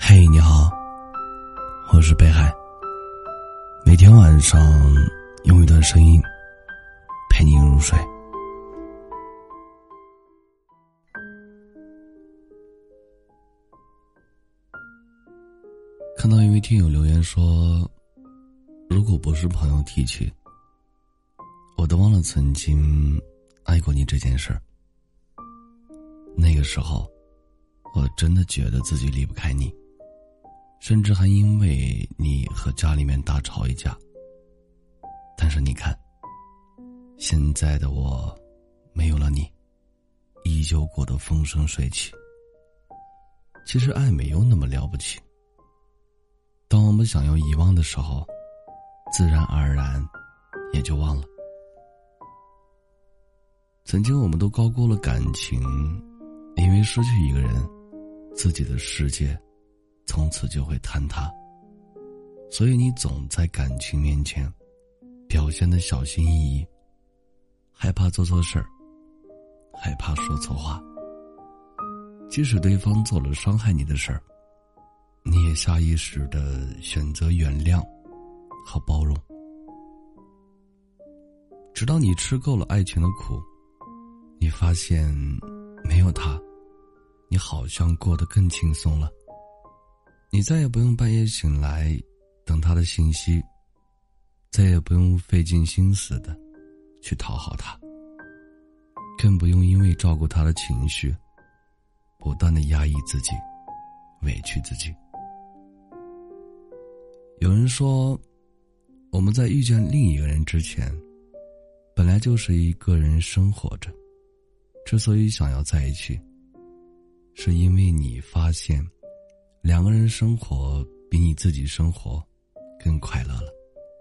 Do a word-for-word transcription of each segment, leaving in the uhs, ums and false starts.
嘿，你好，我是北海。每天晚上用一段声音陪你入睡。看到一位听友留言说，如果不是朋友提起，我都忘了曾经爱过你这件事儿。那个时候我真的觉得自己离不开你，甚至还因为你和家里面大吵一架。但是你看，现在的我没有了你，依旧过得风生水起。其实爱没有那么了不起，当我们想要遗忘的时候，自然而然也就忘了。曾经我们都高估了感情，因为失去一个人，自己的世界从此就会坍塌。所以你总在感情面前表现得小心翼翼，害怕做错事儿，害怕说错话。即使对方做了伤害你的事儿，你也下意识地选择原谅和包容。直到你吃够了爱情的苦，你发现没有他，你好像过得更轻松了。你再也不用半夜醒来等他的信息，再也不用费尽心思的去讨好他，更不用因为照顾他的情绪不断的压抑自己，委屈自己。有人说，我们在遇见另一个人之前，本来就是一个人生活着，之所以想要在一起，是因为你发现两个人生活比你自己生活更快乐了。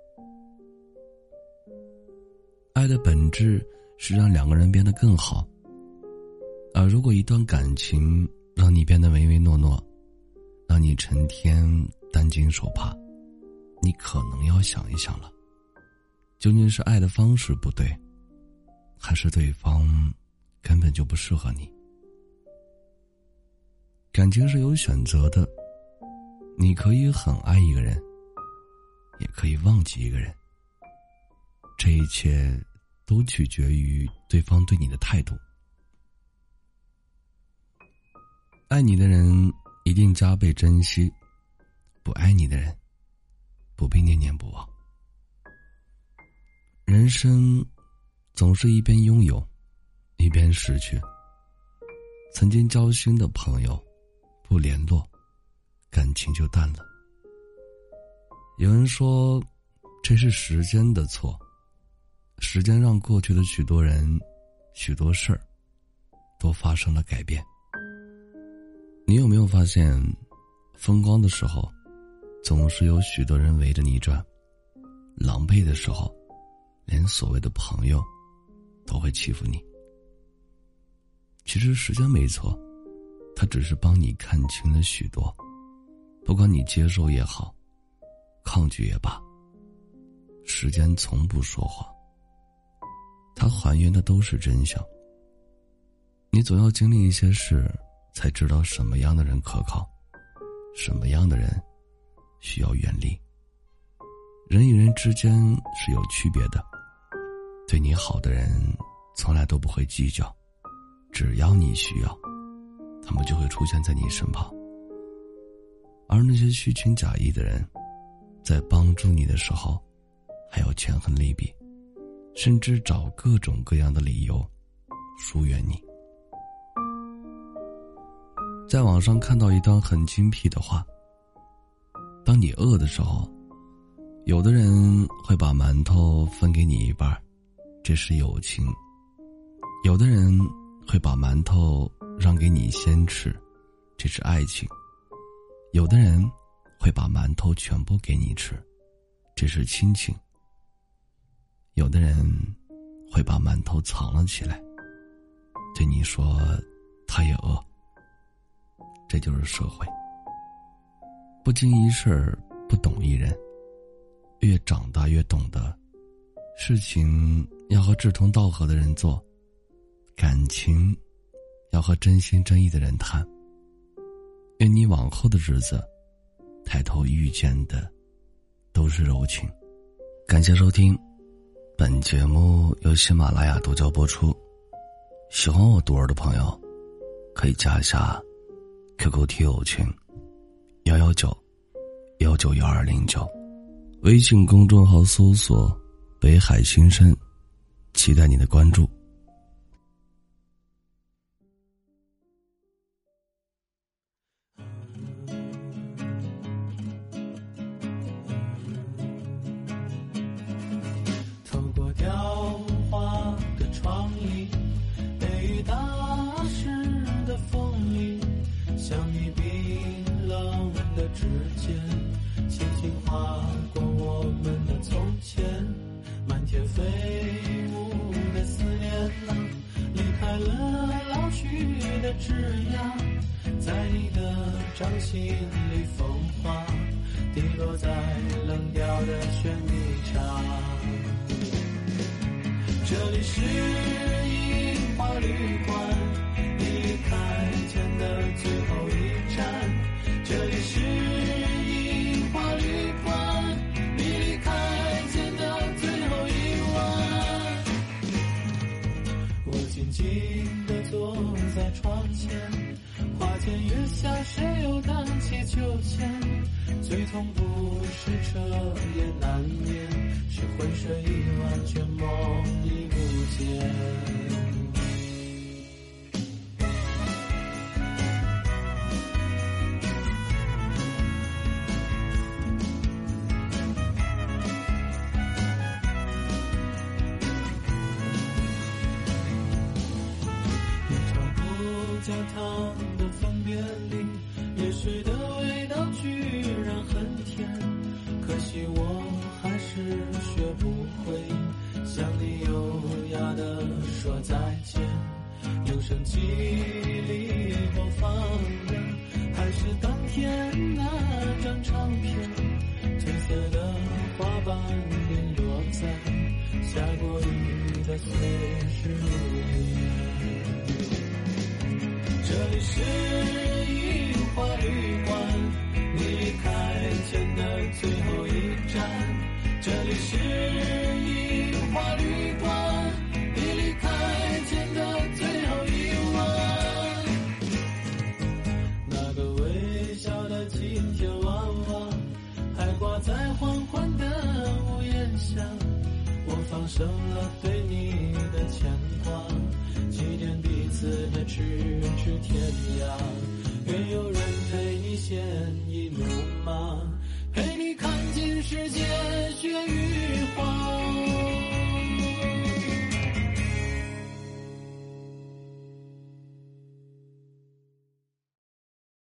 爱的本质是让两个人变得更好，而如果一段感情让你变得唯唯诺诺，让你成天担惊受怕，你可能要想一想了，究竟是爱的方式不对，还是对方根本就不适合你。感情是有选择的，你可以很爱一个人，也可以忘记一个人，这一切都取决于对方对你的态度。爱你的人一定加倍珍惜，不爱你的人不必念念不忘。人生总是一边拥有一边失去，曾经交心的朋友不联络，感情就淡了。有人说，这是时间的错，时间让过去的许多人许多事儿都发生了改变。你有没有发现，风光的时候总是有许多人围着你转，狼狈的时候连所谓的朋友都会欺负你。其实时间没错，它只是帮你看清了许多，不管你接受也好，抗拒也罢，时间从不说谎，它还原的都是真相。你总要经历一些事，才知道什么样的人可靠，什么样的人需要远离。人与人之间是有区别的，对你好的人从来都不会计较，只要你需要，他们就会出现在你身旁。而那些虚情假意的人，在帮助你的时候还要权衡利弊，甚至找各种各样的理由疏远你。在网上看到一段很精辟的话，当你饿的时候，有的人会把馒头分给你一半，这是友情；有的人会把馒头让给你先吃，这是爱情；有的人会把馒头全部给你吃，这是亲情；有的人会把馒头藏了起来，对你说他也饿，这就是社会。不经一事不懂一人，越长大越懂得，事情要和志同道合的人做，感情要和真心真意的人谈。愿你往往后的日子，抬头遇见的都是柔情。感谢收听，本节目由喜马拉雅独家播出。喜欢我独儿的朋友，可以加一下 Q Q 听友群幺幺九幺九幺二零九，微信公众号搜索北海新生，期待你的关注。 透过雕花的窗棂，雷雨打湿的风里，像你冰冷的指尖，轻轻划过我们的从前。漫天飞舞的思念啊，离开了老去的枝桠，在你的掌心里风花，滴落在冷掉的旋律上。这里是樱花旅馆，你离开前的最后一站。这里是樱花旅馆，你离开前的最后一晚。我静静地坐在床前，花前月下谁又荡起秋千。最痛不是彻夜难眠，是浑水一晚却梦已不见。一场不加糖的分别里，泪水的味道居然很甜，可惜我还是学不会向你优雅地说再见。留声机里播放的还是当天那张唱片，褪色的花瓣零落在下过雨的碎石路边。这里是樱花旅馆，你离开前的最后一站。这里是樱花旅馆，你离开前的最后一晚。那个微笑的今天晚晚，还挂在缓缓的屋檐下。我放生了对你的牵挂，祭奠彼此的咫尺天涯。愿有人陪你鲜衣怒马，陪你看尽世界雪与花。